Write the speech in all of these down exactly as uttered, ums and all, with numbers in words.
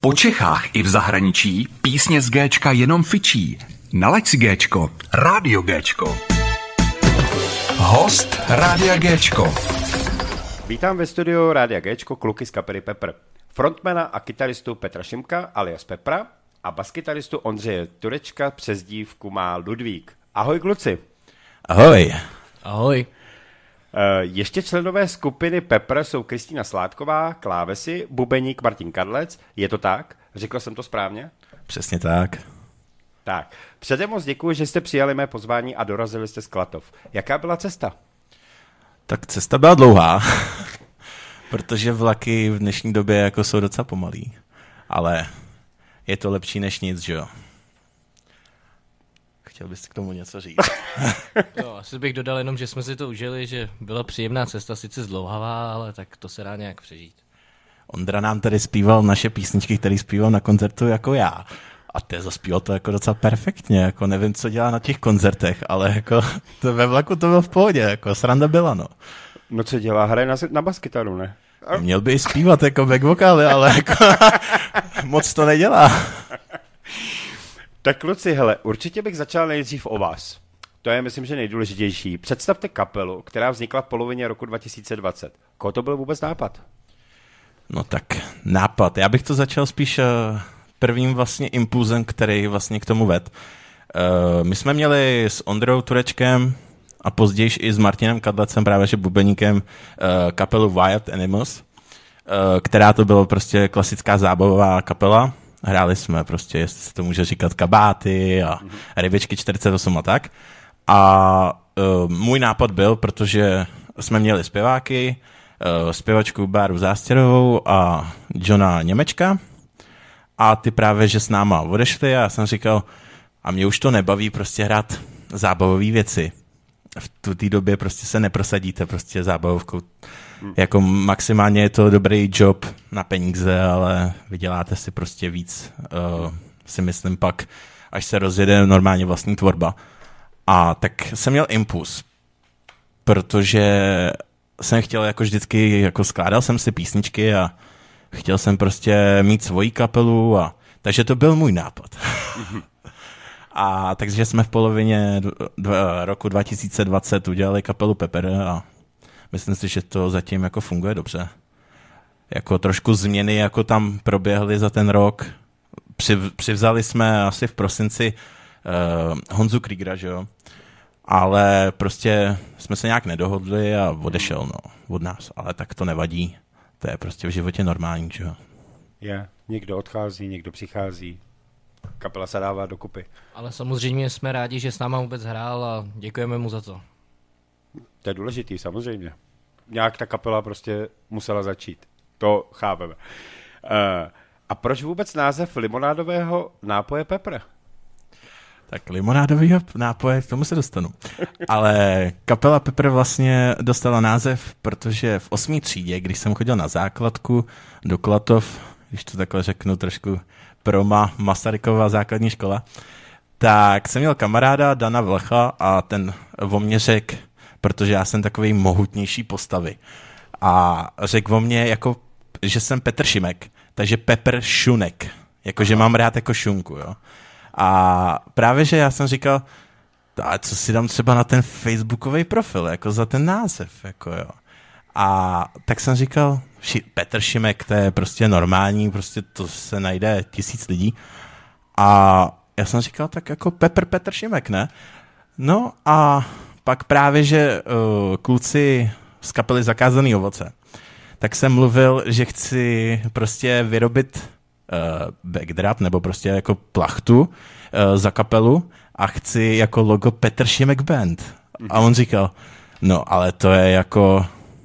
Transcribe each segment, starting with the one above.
Po Čechách i v zahraničí písně z Géčka jenom fičí. Nalaď si Géčko, Rádio Géčko. Host Rádia Géčko. Vítám ve studiu Rádia Géčko kluky z kapely Pepr. Frontmana a kytaristu Petra Šimka alias Pepra a baskytaristu Ondřeje Turečka, přezdívku má Ludvík. Ahoj kluci. Ahoj. Ahoj. Ještě členové skupiny Pepr jsou Kristýna Sládková, klávesy, bubeník Martin Kadlec. Je to tak? Řekl jsem to správně? Přesně tak. Tak. Předem moc děkuji, že jste přijali mé pozvání a dorazili jste z Klatov. Jaká byla cesta? Tak cesta byla dlouhá, protože vlaky v dnešní době jako jsou docela pomalý. Ale je to lepší než nic, že jo? Chtěl bys k tomu něco říct? Jo, asi bych dodal jenom, že jsme si to užili, že byla příjemná cesta, sice zdlouhavá, ale tak to se dá nějak přežít. Ondra nám tady zpíval naše písničky, které zpíval na koncertu jako já. A ty zaspíval to jako docela perfektně, jako nevím, co dělá na těch koncertech, ale jako to ve vlaku to bylo v pohodě, jako sranda byla, no. No co dělá? Hraje na, na baskytaru, ne? Měl by i zpívat jako back vokály, ale jako moc to nedělá. Tak kluci, hele, určitě bych začal nejdřív o vás. To je, myslím, že nejdůležitější. Představte kapelu, která vznikla v polovině roku dva tisíce dvacet. Koho to byl vůbec nápad? No tak, nápad. Já bych to začal spíš uh, prvním vlastně impulzem, který vlastně k tomu ved. Uh, my jsme měli s Ondrou Turečkem a později i s Martinem Kadlecem, právě že bubeníkem, uh, kapelu Wild Animals, uh, která to byla prostě klasická zábavová kapela. Hráli jsme prostě, jestli se to může říkat, kabáty a rybičky čtyřicet osm a tak. A uh, můj nápad byl, protože jsme měli zpěváky, uh, zpěvačku Báru Zástěrovou a Johna Němečka a ty právě, že s náma odešli a já jsem říkal, a mě už to nebaví prostě hrát zábavové věci. V té době prostě se neprosadíte prostě zábavovkou. Jako maximálně je to dobrý job na peníze, ale vyděláte si prostě víc, uh, si myslím pak, až se rozjede normálně vlastní tvorba. A tak jsem měl impuls, protože jsem chtěl jako vždycky, jako skládal jsem si písničky a chtěl jsem prostě mít svoji kapelu a takže to byl můj nápad. A takže jsme v polovině dva, roku dva tisíce dvacet udělali kapelu Pepr a myslím si, že to zatím jako funguje dobře. Jako trošku změny jako tam proběhly za ten rok. Přiv, přivzali jsme asi v prosinci uh, Honzu Kriegera, že jo? Ale prostě jsme se nějak nedohodli a odešel, no, od nás. Ale tak to nevadí. To je prostě v životě normální, že jo? Je, někdo odchází, někdo přichází. Kapela se dává dokupy. Ale samozřejmě jsme rádi, že s náma vůbec hrál a děkujeme mu za to. To je důležitý, samozřejmě. Nějak ta kapela prostě musela začít. To chápeme. Uh, a proč vůbec název limonádového nápoje Pepr? Tak limonádového nápoje, k tomu se dostanu. Ale kapela Pepr vlastně dostala název, protože v osmé třídě, když jsem chodil na základku do Klatov, když to takhle řeknu trošku proma, Masarykova základní škola, tak jsem měl kamaráda Dana Vlecha a ten o mě řekl, protože já jsem takový mohutnější postavy. A řekl o mě, jako, že jsem Petr Šimek, takže Pepr Šunek, jakože mám rád jako šunku, jo. A právě, že já jsem říkal, a co si dám třeba na ten facebookový profil, jako za ten název, jako jo. A tak jsem říkal, ši, Petr Šimek, to je prostě normální, prostě to se najde tisíc lidí. A já jsem říkal, tak jako Pepr Petr Šimek, ne? No a pak právě, že uh, kluci z kapely Zakázaný ovoce, tak jsem mluvil, že chci prostě vyrobit uh, backdrop, nebo prostě jako plachtu uh, za kapelu a chci jako logo Petr Šimek Band. A on říkal, no ale to je jako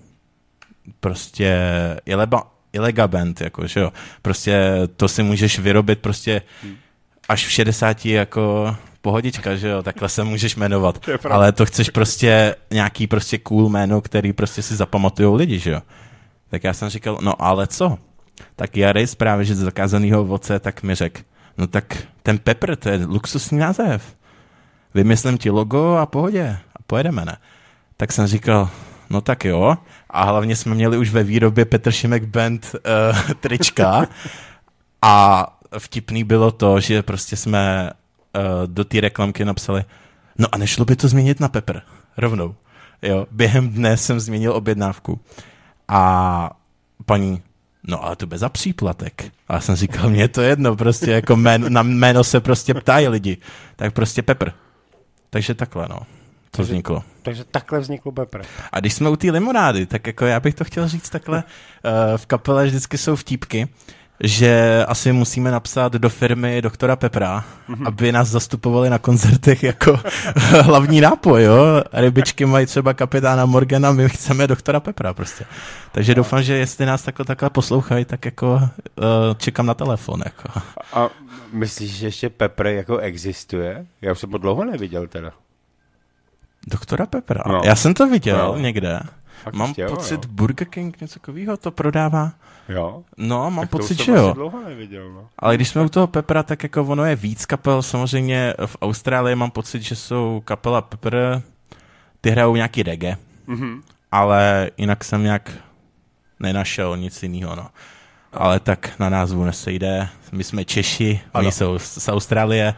prostě ileba, ilega band, jako, že jo. Prostě to si můžeš vyrobit prostě až v šedesáti jako pohodička, že jo, takhle se můžeš jmenovat, ale to chceš prostě nějaký prostě cool jméno, který prostě si zapamatujou lidi, že jo. Tak já jsem říkal, no ale co? Tak Jarejs právě, že z Zakázanýho ovoce, tak mi řekl, no tak ten Pepr, to je luxusní název. Vymyslím ti logo a pohodě. A pojedeme, ne? Tak jsem říkal, no tak jo. A hlavně jsme měli už ve výrobě Petr Šimek Band uh, trička. A vtipný bylo to, že prostě jsme uh, do té reklamky napsali, no a nešlo by to změnit na pepper, rovnou. Jo, během dne jsem změnil objednávku. A paní, no ale to bez za příplatek. A já jsem říkal, mně je to jedno, prostě jako jméno, na jméno se prostě ptají lidi. Tak prostě pepper. Takže takhle, no. To takže, vzniklo. Takže takhle vzniklo pepper. A když jsme u té limonády, tak jako já bych to chtěl říct takhle, uh, v kapele vždycky jsou vtípky, že asi musíme napsat do firmy doktora Pepra, mm-hmm. aby nás zastupovali na koncertech jako hlavní nápoj, jo. Rybičky mají třeba kapitána Morgana, my chceme doktora Pepra prostě. Takže doufám, že jestli nás takhle, takhle poslouchají, tak jako uh, čekám na telefon. Jako. A myslíš, že ještě Pepr jako existuje? Já už jsem ho dlouho neviděl teda. Doktora Pepra? No. Já jsem to viděl no. někde. Fakt mám ještě, pocit, jo. Burger King něco takového to prodává. Jo? No, mám tak pocit, to že jo. dlouho neviděl, no. Ale když jsme u toho Pepra, tak jako ono je víc kapel. Samozřejmě v Austrálii mám pocit, že jsou kapela Pepper, ty hrajou nějaký reggae, mm-hmm. ale jinak jsem nějak nenašel nic jiného, no. Ale tak na názvu nesejde. My jsme Češi, oni jsou z Austrálie.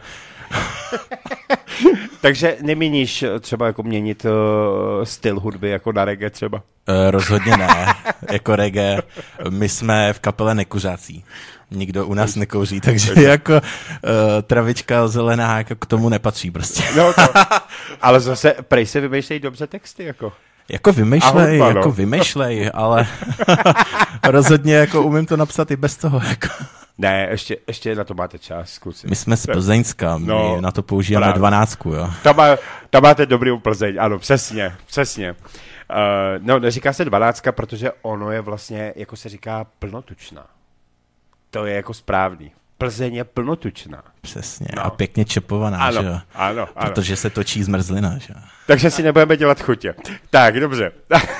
Takže nemíníš třeba jako měnit uh, styl hudby jako na reggae třeba? Uh, rozhodně ne, jako reggae. My jsme v kapele nekuřácí. Nikdo u nás nekouří, takže jako uh, travička zelená jako k tomu nepatří prostě. No to, ale zase prej se vymýšlejí dobře texty jako. Jako vymýšlej, hudba, jako no. vymýšlej, ale rozhodně jako umím to napsat i bez toho. Jako. Ne, ještě, ještě na to máte čas, kluci. My jsme z Plzeňska, my no, na to používáme právě. dvanáctku, jo. Tam, má, tam máte dobrý Plzeň, ano, přesně, přesně. Uh, no, neříká se dvanáctka, protože ono je vlastně, jako se říká, plnotučná. To je jako správný. Plzeň je plnotučná. Přesně, no. a pěkně čepovaná, ano, že jo. Ano, ano. Protože se točí zmrzlina, že jo. Takže si nebudeme dělat chutě. Tak, dobře.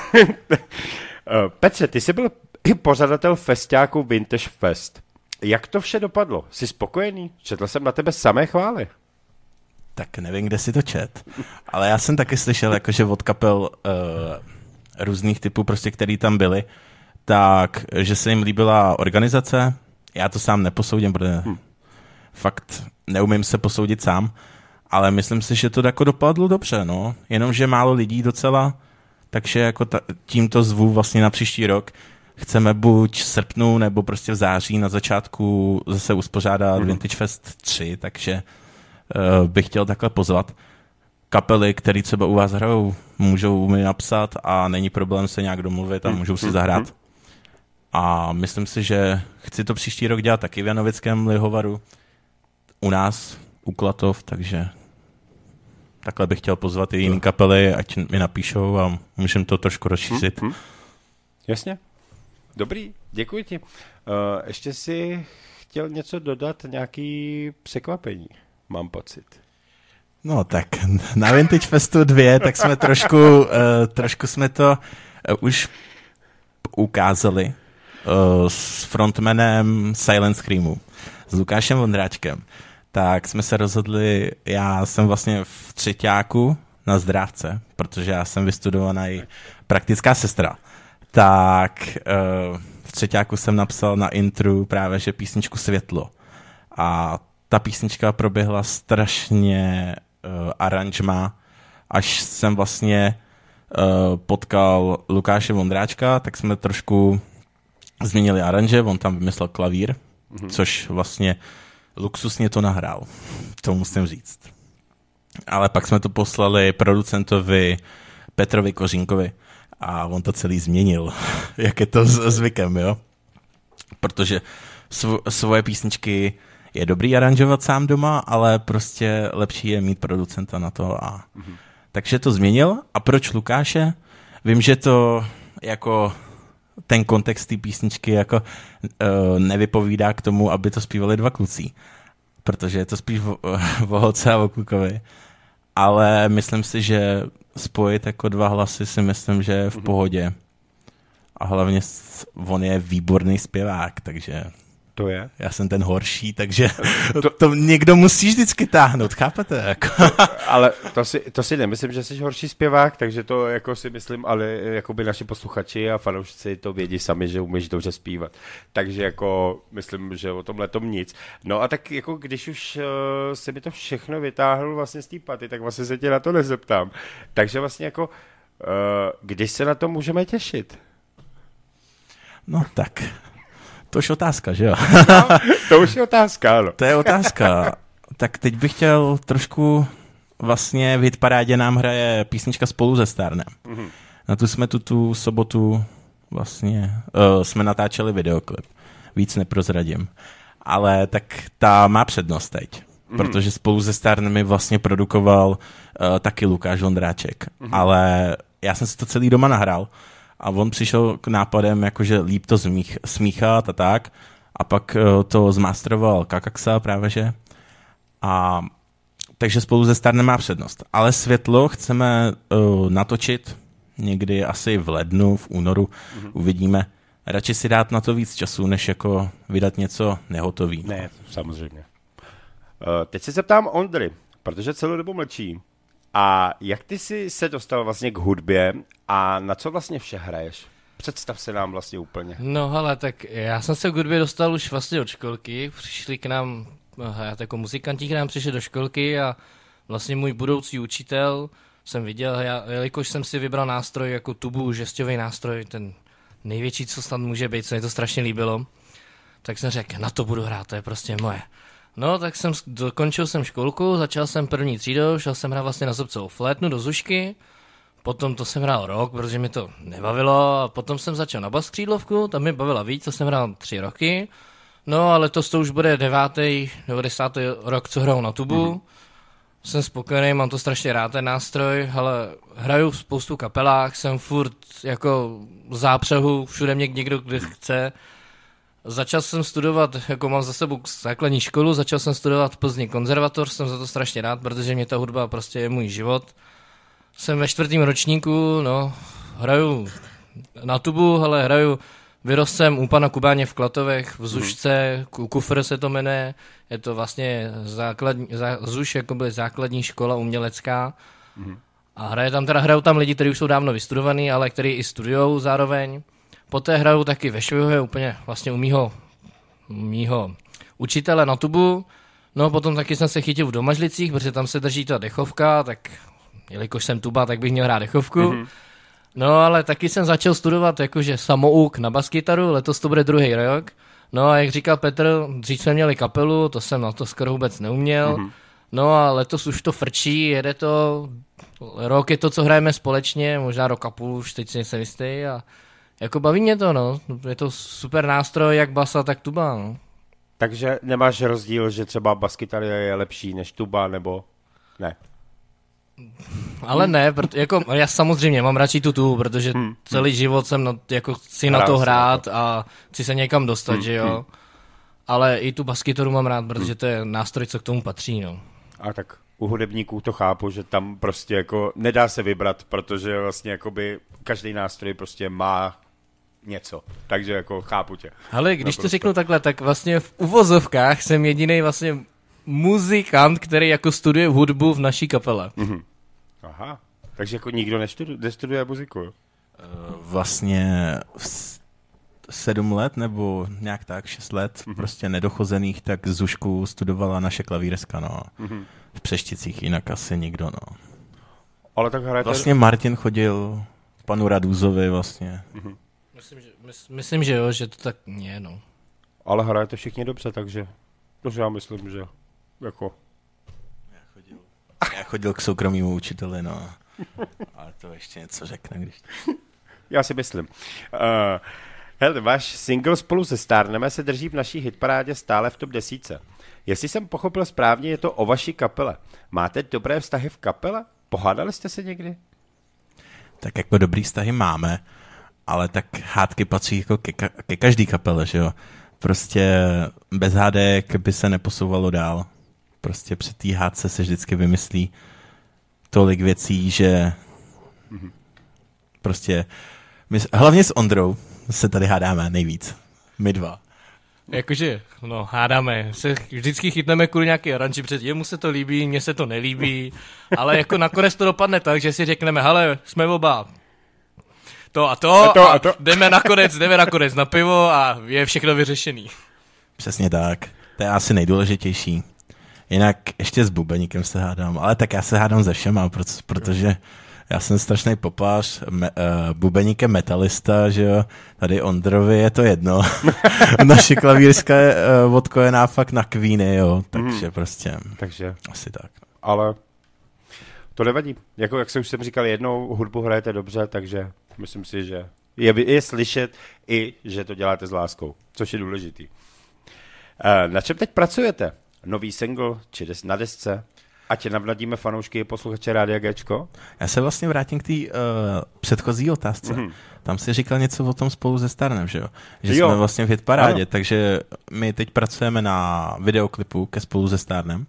Petře, ty jsi byl i pořadatel festiáku Vintage Fest. Jak to vše dopadlo? Jsi spokojený? Četl jsem na tebe samé chvály. Tak nevím, kde si to čet. Ale já jsem taky slyšel, jakože od kapel uh, různých typů, prostě, který tam byli, tak, že se jim líbila organizace. Já to sám neposoudím, protože hmm. fakt neumím se posoudit sám, ale myslím si, že to jako dopadlo dobře, no. Jenomže málo lidí docela, takže jako ta, tímto zvu vlastně na příští rok. Chceme buď v srpnu, nebo prostě v září na začátku zase uspořádat hmm. Vintage Fest tři, takže uh, bych chtěl takhle pozvat. Kapely, které třeba u vás hrajou, můžou mi napsat a není problém se nějak domluvit a můžou si zahrát. A myslím si, že chci to příští rok dělat taky v Janovickém Lihovaru, u nás, u Klatov, takže takhle bych chtěl pozvat i jiné kapely, ať mi napíšou a můžeme to trošku rozšířit. Hmm. Jasně. Dobrý, děkuji ti. Uh, ještě si chtěl něco dodat, nějaký překvapení, mám pocit. No tak, na Vintage Festu dva, tak jsme trošku, uh, trošku jsme to uh, už ukázali uh, s frontmanem Silent Screamu, s Lukášem Vondráčkem. Tak jsme se rozhodli, já jsem vlastně v třeťáku na Zdrávce, protože já jsem vystudovaný praktická sestra. Tak uh, v třeťáku jsem napsal na intru právě, že písničku Světlo. A ta písnička proběhla strašně uh, aranžma, až jsem vlastně uh, potkal Lukáše Vondráčka, tak jsme trošku změnili aranže, on tam vymyslel klavír, mm-hmm. což vlastně luxusně to nahrál, to musím říct. Ale pak jsme to poslali producentovi Petrovi Kořínkovi, a on to celý změnil, jak je to zvykem, jo. Protože svo, svoje písničky je dobrý aranžovat sám doma, ale prostě lepší je mít producenta na to. A... Mm-hmm. Takže to změnil. A proč Lukáše? Vím, že to jako ten kontext té písničky jako uh, nevypovídá k tomu, aby to zpívali dva kluci. Protože je to spíš o, o holce a o klukovi. Ale myslím si, že spojit jako dva hlasy si myslím, že je v pohodě. A hlavně on je výborný zpěvák, takže To je? Já jsem ten horší, takže to, to někdo musí vždycky táhnout, chápete? Jako. Ale to si, to si nemyslím, že jsi horší zpěvák, takže to jako si myslím, ale jako by naši posluchači a fanoušci to vědí sami, že umíš dobře zpívat. Takže jako myslím, že o tomhle tom nic. No a tak jako když už uh, si mi to všechno vytáhl vlastně z té paty, tak vlastně se tě na to nezeptám. Takže vlastně jako uh, když se na to můžeme těšit? No tak... To už je otázka, že jo? No, to už je otázka, ano. To je otázka. Tak teď bych chtěl trošku vlastně v hitparádě nám hraje písnička Spolu se Stárnem. Mm-hmm. Na tu jsme tu, tu sobotu vlastně uh, jsme natáčeli videoklip. Víc neprozradím. Ale tak ta má přednost teď. Mm-hmm. Protože Spolu se Stárnem mi vlastně produkoval uh, taky Lukáš Vondráček. Mm-hmm. Ale já jsem si to celý doma nahrál. A on přišel k nápadem, jakože líp to zmích, smíchat a tak. A pak uh, to zmasteroval Kakaxa právě, že. A takže Spolu se Stárnem má přednost. Ale Světlo chceme uh, natočit někdy asi v lednu, v únoru, mm-hmm. uvidíme. Radši si dát na to víc času, než jako vydat něco nehotový. Ne, samozřejmě. Uh, teď se zeptám Ondry, protože celou dobu mlčí. A jak ty jsi se dostal vlastně k hudbě a na co vlastně vše hraješ? Představ se nám vlastně úplně. No hele, tak já jsem se k hudbě dostal už vlastně od školky. Přišli k nám, já jako muzikanti k nám přišli do školky a vlastně můj budoucí učitel jsem viděl, já, jelikož jsem si vybral nástroj jako tubu, žestový nástroj, ten největší, co snad může být, co mi to strašně líbilo, tak jsem řekl, na to budu hrát, to je prostě moje. No, tak jsem dokončil jsem školku, začal jsem první třídou, šel jsem hrát vlastně na zobcovou flétnu do Zušky, potom to jsem hrál rok, protože mi to nebavilo, a potom jsem začal na bas křídlovku, tam mi bavila víc, to jsem hrál tři roky, no a letos to už bude devátý nebo desátý rok, co hraju na tubu, mm-hmm. Jsem spokojený, mám to strašně rád ten nástroj, ale hraju v spoustu kapelách, jsem furt jako v zápřehu, všude mě někdo kde chce. Začal jsem studovat, jako mám za sebou základní školu, začal jsem studovat v Plzni konzervatoř, jsem za to strašně rád, protože mě ta hudba prostě je můj život. Jsem ve čtvrtém ročníku, no, hraju na tubu, ale hraju, vyrost jsem u pana Kubáně v Klatovech, v Zušce, Kufr se to jmenuje, je to vlastně základní, zá, Zuš jako byly základní škola umělecká. Mm. A hraje tam, teda hrajou tam lidi, kteří už jsou dávno vystudovaní, ale kteří i studujou zároveň. Poté hraju taky ve Švihově, úplně vlastně u mýho, mýho učitele na tubu. No potom taky jsem se chytil v Domažlicích, protože tam se drží ta dechovka, tak jelikož jsem tuba, tak bych měl hrát dechovku. Mm-hmm. No ale taky jsem začal studovat jakože samouk na baskytaru, letos to bude druhý rok. No a jak říkal Petr, dřív jsme měli kapelu, to jsem na to skoro vůbec neuměl. Mm-hmm. No a letos už to frčí, jede to, rok je to, co hrajeme společně, možná rok a půl, už teď si nejsem jistý a jako baví mě to, no. Je to super nástroj, jak basa, tak tuba, no. Takže nemáš rozdíl, že třeba baskytar je lepší než tuba, nebo ne? Ale ne, proto, jako já samozřejmě mám radši tu tubu, protože hmm. celý život jsem na, jako chci na to hrát a chci se někam dostat, hmm. že jo. Ale i tu baskytaru mám rád, protože to je nástroj, co k tomu patří, no. A tak u hudebníků to chápu, že tam prostě jako nedá se vybrat, protože vlastně jakoby každý nástroj prostě má něco, takže jako chápu tě. Ale když to řeknu takhle, tak vlastně v uvozovkách jsem jediný vlastně muzikant, který jako studuje hudbu v naší kapele. Mm-hmm. Aha, takže jako nikdo nestuduje, nestuduje muziku, jo? Vlastně sedm let nebo nějak tak, šest let, mm-hmm. prostě nedochozených, tak Zušku studovala naše klavíreska, no. Mm-hmm. V Přešticích jinak asi nikdo, no. Ale tak hrajete... Vlastně Martin chodil panu Radúzovi vlastně. Mm-hmm. Myslím, že, mys, myslím, že jo, že to tak je, no. Ale hrajete všichni dobře, takže... Protože já myslím, že jako... Já chodil, já chodil k soukromému učiteli, no. Ale to ještě něco řekne, když... Já si myslím. Uh, hele, váš single Spolu se Stárneme se drží v naší hitparádě stále v top desítce. Jestli jsem pochopil správně, je to o vaší kapele. Máte dobré vztahy v kapele? Pohádali jste se někdy? Tak jako dobrý vztahy máme, ale tak hádky patří jako ke, ka- ke každý kapele, že jo. Prostě bez hádek by se neposouvalo dál. Prostě při té hádce se vždycky vymyslí tolik věcí, že mm-hmm. prostě my, hlavně s Ondrou se tady hádáme nejvíc. My dva. Jakože, no, hádáme, se vždycky chytneme kvůli nějaký aranži, protože jemu se to líbí, mně se to nelíbí, ale jako nakonec to dopadne tak, že si řekneme, hele, jsme oba to a to, a, to, a, a to. jdeme nakonec, jdeme nakonec na pivo a je všechno vyřešený. Přesně tak, to je asi nejdůležitější. Jinak ještě s bubeníkem se hádám, ale tak já se hádám ze všema, protože já jsem strašný popář, me, uh, bubeník metalista, že jo, tady Ondrovi je to jedno. Naše klavírská je uh, odkojená fakt na Queeny, jo, takže mm. prostě takže. asi tak. Ale to nevadí. Jako, jak jsem už jsem říkal, jednou hudbu hrajete dobře, takže myslím si, že je, je slyšet i, že to děláte s láskou, což je důležitý. Uh, na čem teď pracujete? Nový single, či des, na desce? Ať navnadíme fanoušky posluchače Rádia Géčko? Já se vlastně vrátím k té uh, předchozí otázce. Mm-hmm. Tam si říkal něco o tom Spolu se Starnem, že jo? Že jo. Jsme vlastně v hitparádě, takže my teď pracujeme na videoklipu ke Spolu se Starnem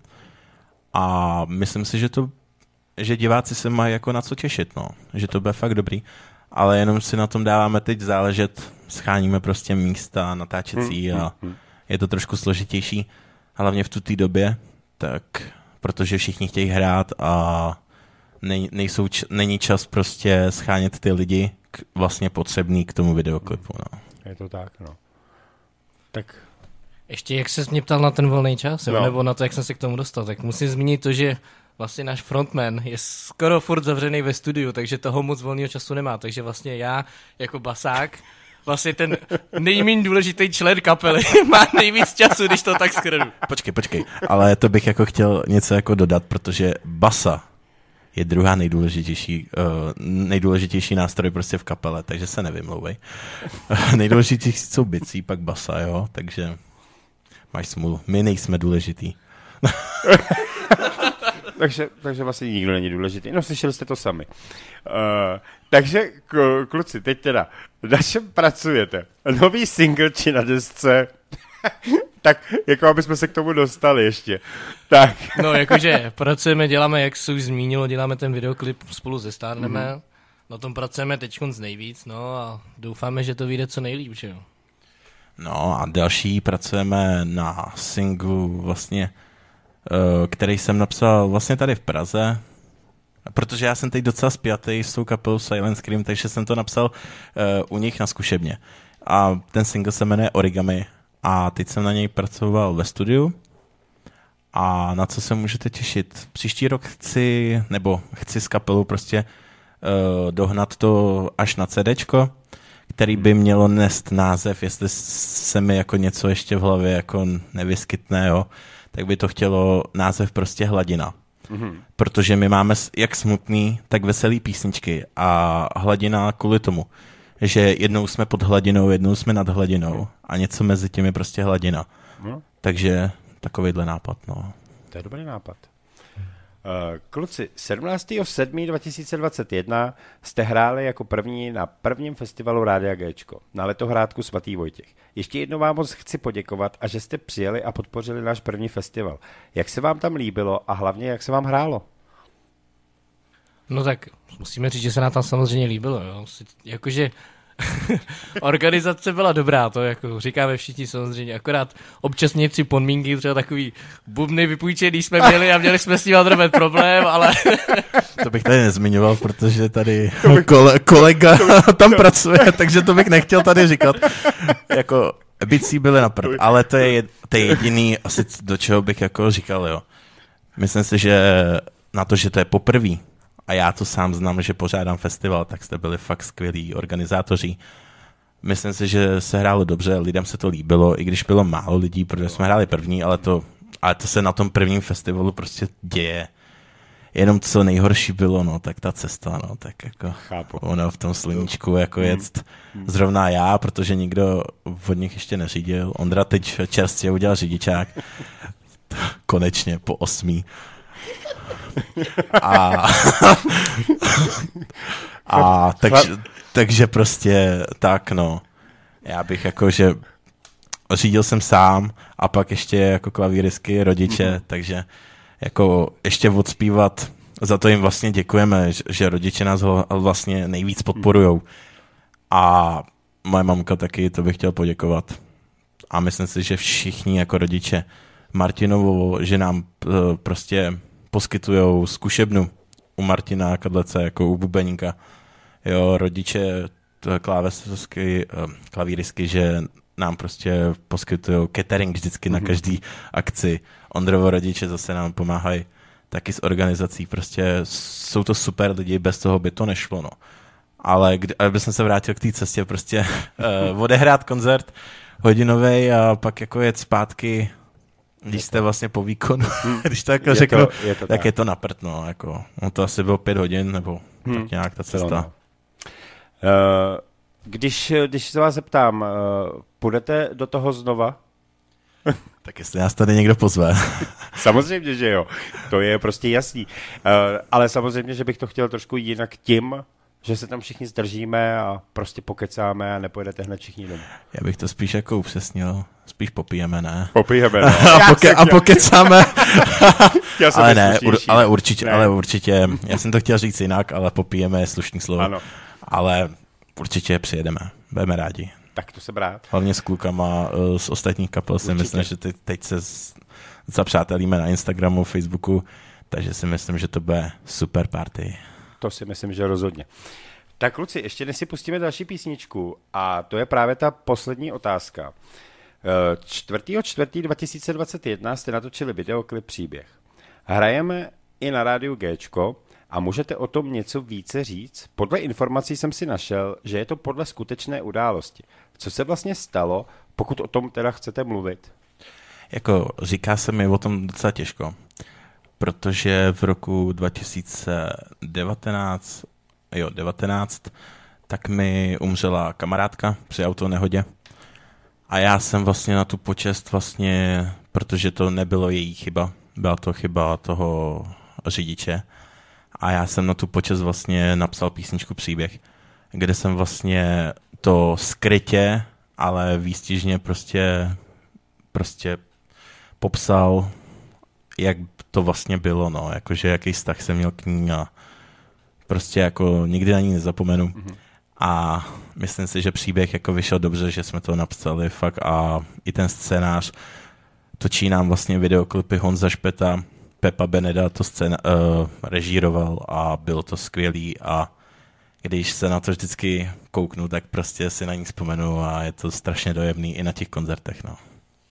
a myslím si, že to, že diváci se mají jako na co těšit, no. Že to bude fakt dobrý, ale jenom si na tom dáváme teď záležet, scháníme prostě místa natáčecí a je to trošku složitější, hlavně v tuté době, tak protože všichni chtějí hrát a nej, nejsou, není čas prostě schánět ty lidi k, vlastně potřebný k tomu videoklipu. No. Je to tak, no. Tak. Ještě jak se mě ptal na ten volný čas, no. Nebo na to, jak jsem se k tomu dostal, tak musím zmínit to, že vlastně náš frontman je skoro furt zavřený ve studiu, takže toho moc volného času nemá, takže vlastně já jako basák vlastně ten nejméně důležitý člen kapely má nejvíc času, když to tak shrnu. Počkej, počkej, ale to bych jako chtěl něco jako dodat, protože basa je druhá nejdůležitější, uh, nejdůležitější nástroj prostě v kapele, takže se nevymlouvej. Nejdůležitější jsou bicí, pak basa, jo, takže máš smůlu. My nejsme důležitý. takže, takže vlastně nikdo není důležitý. No, slyšeli jste to sami. Uh, takže, kluci, teď teda, na čem pracujete? Nový single či na desce? Tak, jako aby jsme se k tomu dostali ještě. Tak. No, jakože pracujeme, děláme, jak se už zmínilo, děláme ten videoklip Spolu se Stárneme. Mm-hmm. Na tom pracujeme teďkonc nejvíc, no a doufáme, že to vyjde co nejlíp, že jo? No a další pracujeme na singlu vlastně, který jsem napsal vlastně tady v Praze, protože já jsem teď docela spjatý s tou kapelou Silent Scream, takže jsem to napsal uh, u nich na zkušebně. A ten single se jmenuje Origami a teď jsem na něj pracoval ve studiu a na co se můžete těšit. Příští rok chci, nebo chci s kapelou prostě uh, dohnat to až na CDčko, který by mělo nést název, jestli se mi jako něco ještě v hlavě jako nevyskytne, jo, tak by to chtělo název prostě Hladina. Mm-hmm. Protože my máme jak smutný, tak veselý písničky a Hladina kvůli tomu, že jednou jsme pod hladinou, jednou jsme nad hladinou a něco mezi tím je prostě hladina. Mm. Takže takovýhle nápad, no. To je dobrý nápad. Uh, kluci, sedmnáctého sedmého dva tisíce dvacet jedna jste hráli jako první na prvním festivalu Rádia Géčko, na letohrádku Svatý Vojtěch. Ještě jednou vám moc chci poděkovat a že jste přijeli a podpořili náš první festival. Jak se vám tam líbilo a hlavně jak se vám hrálo? No tak musíme říct, že se nám tam samozřejmě líbilo. Jo. Jakože organizace byla dobrá, to jako říkáme všichni samozřejmě, akorát občas něco podmínky, třeba takový bubny vypůjčený jsme měli a měli jsme s ním drobet problém, ale... To bych tady nezmiňoval, protože tady kole, kolega tam pracuje, takže to bych nechtěl tady říkat. Jako bicí byly na prd, ale to je, to je jediný asi do čeho bych jako říkal, jo. Myslím si, že na to, že to je poprvý, a já to sám znám, že pořádám festival, tak jste byli fakt skvělí organizátoři. Myslím si, že se hrálo dobře, lidem se to líbilo, i když bylo málo lidí, protože jsme hráli první, ale to, ale to se na tom prvním festivalu prostě děje. Jenom co nejhorší bylo, no, tak ta cesta, no, tak jako Chápu. Ono v tom sluníčku jako jet zrovna já, protože nikdo od nich ještě neřídil. Ondra teď čerstvě udělal řidičák, konečně po osmý. A, a takže, takže prostě tak, no. Já bych jako, že řídil jsem sám a pak ještě jako klavírisky rodiče, mm-hmm. takže jako ještě odspívat, za to jim vlastně děkujeme, že rodiče nás vlastně nejvíc podporujou. A moje mamka taky, to bych chtěl poděkovat. a myslím si, že všichni jako rodiče Martinovo, že nám uh, prostě poskytujou zkušebnu u Martina Kadlece, jako u bubeníka. Jo, rodiče klávesovsky, uh, klavírisky, že nám prostě poskytují catering vždycky mm-hmm. na každý akci. Ondrovo rodiče zase nám pomáhají taky s organizací. Prostě jsou to super lidi, bez toho by to nešlo, no. Ale kdy, aby jsem se vrátil k té cestě, prostě uh, odehrát koncert hodinovej a pak jako jet zpátky, když jste vlastně po výkonu, když to jako je řeknu, to, je to tak, tak je to na prd, no, jako, no to asi bylo pět hodin, nebo hmm. tak nějak ta cesta. Uh, když, když se vás zeptám, uh, půjdete do toho znova? Tak jestli nás tady někdo pozve. Samozřejmě, že jo, to je prostě jasný. Uh, ale samozřejmě, že bych to chtěl trošku jinak tím, že se tam všichni zdržíme a prostě pokecáme a nepojedete hned všichni domů. Já bych to spíš jako upřesnil, spíš popijeme, ne? Popijeme, ne? a, poke- a pokecáme. ale ne, ur- ale určitě, ne. ale určitě, já jsem to chtěl říct jinak, ale popijeme je slušný slovo. Ano. Ale určitě přijedeme, budeme rádi. Tak to se brát. Hlavně s klukama z ostatních kapel si myslím, že ty, teď se zapřátelíme na Instagramu, Facebooku, takže si myslím, že to bude super party. To si myslím, že rozhodně. Tak kluci, ještě než si pustíme další písničku a to je právě ta poslední otázka. čtvrtého čtvrtého dva tisíce dvacet jedna jste natočili videoklip Příběh. Hrajeme i na rádiu Géčko a můžete o tom něco více říct? Podle informací jsem si našel, že je to podle skutečné události. Co se vlastně stalo, pokud o tom teda chcete mluvit? Jako říká se mi o tom docela těžko, protože v roku dva tisíce devatenáct, jo, devatenáct, tak mi umřela kamarádka při autonehodě a já jsem vlastně na tu počest vlastně, protože to nebylo její chyba, byla to chyba toho řidiče a já jsem na tu počest vlastně napsal písničku Příběh, kde jsem vlastně to skrytě, ale výstižně prostě, prostě popsal, jak to vlastně bylo, no, jakože jaký vztah jsem měl k ní a prostě jako nikdy na ní nezapomenu. Mm-hmm. A myslím si, že příběh jako vyšel dobře, že jsme to napsali fakt a i ten scénář točí nám vlastně videoklipy Honza Špeta, Pepa Beneda to scén- uh, režíroval a bylo to skvělý a když se na to vždycky kouknu, tak prostě si na ní vzpomenu a je to strašně dojemný i na těch koncertech, no.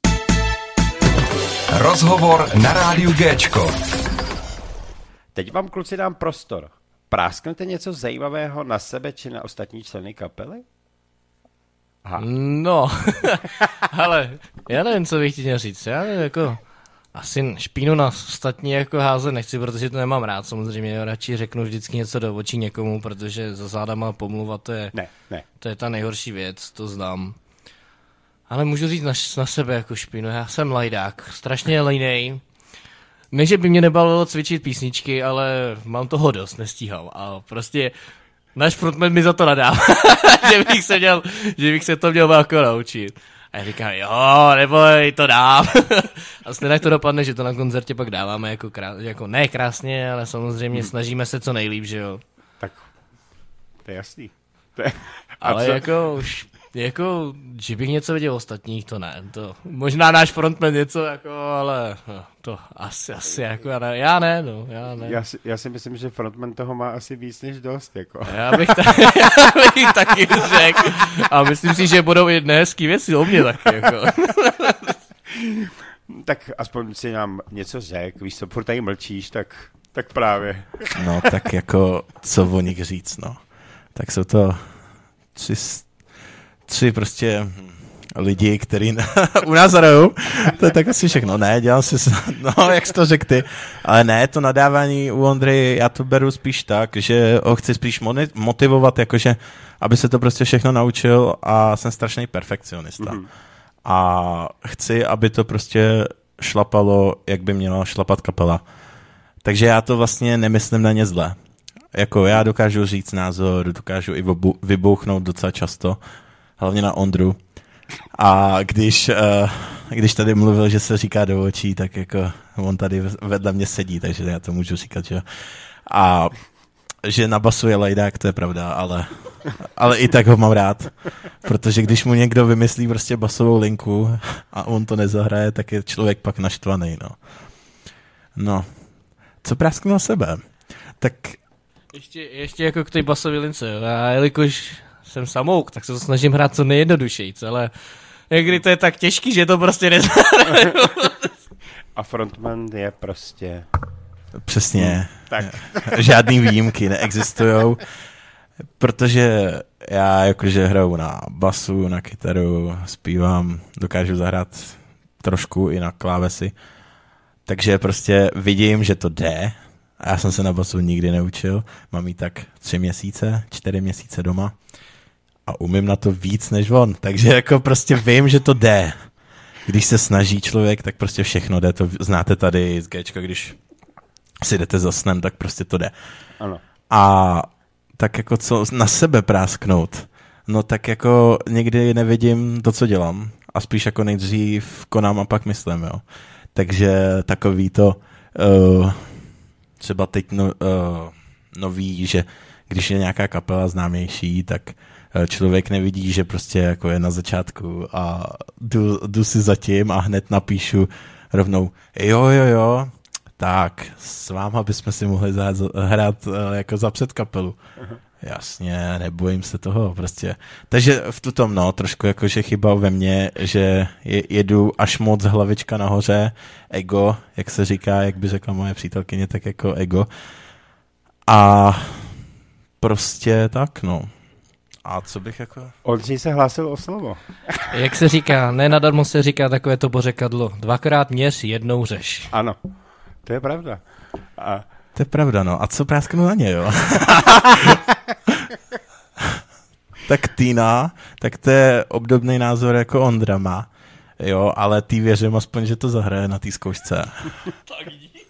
Rozhovor na rádiu Géčko. Teď vám kluci dám prostor. Prásknete něco zajímavého na sebe či na ostatní členy kapely? Aha. No, ale já nevím, co bych chtěl říct. Já nevím, jako asi špínu na ostatní jako házet nechci, protože to nemám rád. Samozřejmě radši řeknu vždycky něco do očí někomu, protože za zádama pomluva, to je, ne, ne. to je ta nejhorší věc, to znám. Ale můžu říct na, na sebe jako špínu, já jsem lajdák, strašně lejnej. Ne, že by mě nebavilo cvičit písničky, ale mám toho dost, nestíhal. A prostě náš frontman mi za to nadá, že, bych se měl, že bych se to měl jako naučit. A já říkám, jo, neboj, to dám. A stejně to dopadne, že to na koncertě pak dáváme jako, krás, jako ne krásně, ale samozřejmě hmm. snažíme se co nejlíp, že jo. Tak, to je jasný. To je... Ale co? jako už... Jako, že bych něco viděl ostatních, to ne. To, možná náš frontman něco, jako, ale no, to asi, asi jako, já ne, já ne, no, já ne. Já si, já si myslím, že frontman toho má asi víc než dost, jako. Já bych, ta, já bych taky řekl. A myslím si, že budou i hezký věci o mě taky, jako. Tak aspoň si nám něco řek, víš co, furt tady mlčíš, tak, tak právě. No, tak jako, co o nich říct, no. Tak jsou to tři tři prostě lidi, který u nás hrajou, to je tak asi všechno. Ne, dělám si, no, jak jsi to řekl ty. Ale ne, to nadávání u Ondřeje, já to beru spíš tak, že ho chci spíš motivovat, jakože, aby se to prostě všechno naučil a jsem strašný perfekcionista. Mm-hmm. A chci, aby to prostě šlapalo, jak by měla šlapat kapela. Takže já to vlastně nemyslím na ně zle. Jako já dokážu říct názor, dokážu i vybouchnout docela často, hlavně na Ondru. A když, uh, když tady mluvil, že se říká do očí, tak jako on tady vedle mě sedí, takže já to můžu říkat, že a že na basu je lajdák, to je pravda, ale, ale i tak ho mám rád, protože když mu někdo vymyslí prostě basovou linku a on to nezahraje, tak je člověk pak naštvaný, no. No, co prásknu na sebe? Tak... Ještě, ještě jako k té basové lince, já jelikož jsem samouk, tak se to snažím hrát co nejjednodušejc, ale někdy to je tak těžký, že to prostě nezahraju. A frontman je prostě... Přesně. Tak. Žádný výjimky neexistujou, protože já jakože hraju na basu, na kytaru, zpívám, dokážu zahrát trošku i na klávesi, takže prostě vidím, že to jde a já jsem se na basu nikdy neučil, mám jí tak tři měsíce, čtyři měsíce doma a umím na to víc než on, takže jako prostě vím, že to jde. Když se snaží člověk, tak prostě všechno jde, to znáte tady z Gčka, když si jdete za snem, tak prostě to jde. Ano. A tak jako co na sebe prásknout, no tak jako někdy nevidím to, co dělám a spíš jako nejdřív konám a pak myslím, jo. Takže takový to uh, třeba teď no, uh, nový, že když je nějaká kapela známější, tak uh, člověk nevidí, že prostě jako je na začátku a jdu, jdu si zatím a hned napíšu rovnou jo, jo, jo, tak s váma bychom si mohli hrát uh, jako za předkapelu. Uh-huh. Jasně, nebojím se toho prostě. Takže v tutom, no, trošku jakože chyba ve mně, že je, jedu až moc hlavička nahoře, ego, jak se říká, jak by řekla moje přítelkyně, tak jako ego. A prostě tak, no. A co bych jako... Ondřej se hlásil o slovo. Jak se říká, ne nadarmo se říká takové to pořekadlo. Dvakrát měř, jednou řeš. Ano, to je pravda. A... To je pravda, no. A co prásknu na ně, jo? Tak Týna, tak to je obdobný názor jako Ondra má. Jo, ale ty věřím aspoň, že to zahraje na té zkoušce. Tak dík.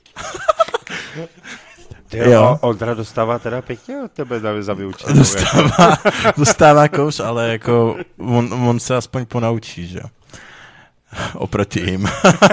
Jo, jo. Ondra dostává teda pěkně od tebe za, za vyučenou. Dostává, dostává kouř, ale jako on, on se aspoň ponaučí, že jo. Oproti jim.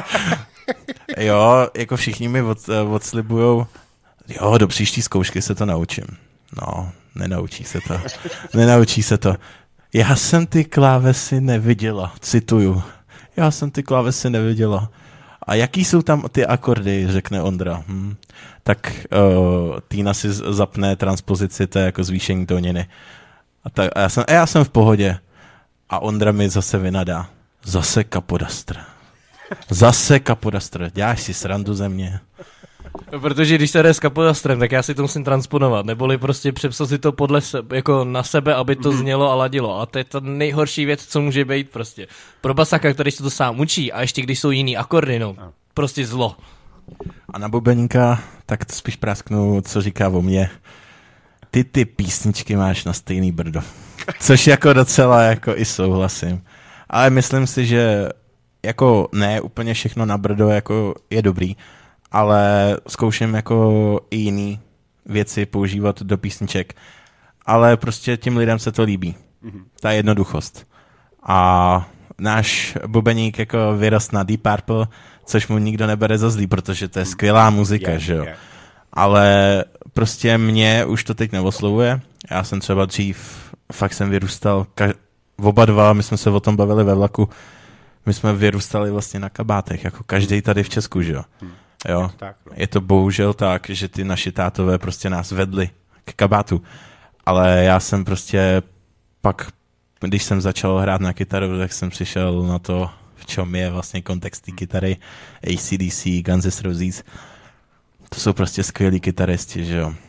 Jo, jako všichni mi od, odslibujou, jo, do příští zkoušky se to naučím. No, nenaučí se to. Nenaučí se to. Já jsem ty klávesy neviděla, cituju. Já jsem ty klávesy neviděla. A jaký jsou tam ty akordy, řekne Ondra. Hm. Tak uh, Týna si zapne transpozici, to je jako zvýšení tóniny. A, tak, a, já jsem, a já jsem v pohodě. A Ondra mi zase vynadá. Zase kapodastr. Zase kapodastr. Děláš si srandu ze mě. No, protože když se jde s kapodastrem, tak já si to musím transponovat, neboli prostě přepsat si to podle sebe, jako na sebe, aby to znělo a ladilo. A to je ta nejhorší věc, co může být prostě. Pro basaka, který se to sám učí, a ještě když jsou jiný akordy, no, prostě zlo. A na bubeníka, tak to spíš prásknu, co říká o mně. Ty ty písničky máš na stejný brdo. Což jako docela jako i souhlasím. Ale myslím si, že jako ne úplně všechno na brdo jako je dobrý, ale zkouším jako i jiný věci používat do písniček. Ale prostě těm lidem se to líbí. Mm-hmm. Ta jednoduchost. A náš bubeník jako vyrost na Deep Purple, což mu nikdo nebere za zlý, protože to je skvělá muzika, yeah, že jo. Yeah. Ale prostě mě už to teď neoslovuje. Já jsem třeba dřív, fakt jsem vyrůstal, kaž- oba dva, my jsme se o tom bavili ve vlaku, my jsme vyrůstali vlastně na kabátech, jako každý tady v Česku, že jo. Hmm. Jo, je to bohužel tak, že ty naši tátové prostě nás vedli k kabátu, ale já jsem prostě pak, když jsem začal hrát na kytaru, tak jsem přišel na to, v čem je vlastně kontext té kytary, A C D C, Guns N' Roses, to jsou prostě skvělí kytaristi, že jo,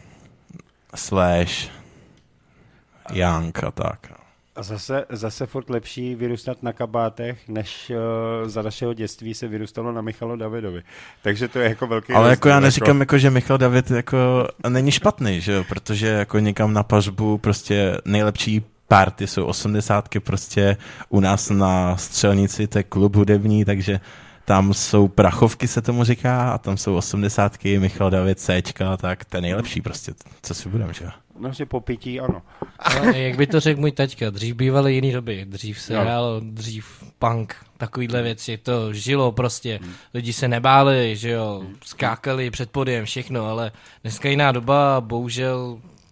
Slash, Young a tak. A zase, zase furt lepší vyrůstat na kabátech, než uh, za našeho dětství se vyrůstalo na Michalu Davidovi. Takže to je jako velký... Ale jako já neříkám, jako... jako, že Michal David jako není špatný, že jo, protože jako někam na pařbu prostě nejlepší party jsou osmdesátky prostě u nás na Střelnici, to je klub hudební, takže tam jsou prachovky, se tomu říká, a tam jsou osmdesátky, Michal David, Cčka, tak to je nejlepší prostě, co si budem, že jo. No, že po pití, ano. No, jak by to řekl můj taťka, dřív bývaly jiný doby, dřív se no. hrálo, dřív punk, takovýhle věci, to žilo prostě, hmm. lidi se nebáli, že jo, skákali před podiem, všechno, ale dneska jiná doba, bohužel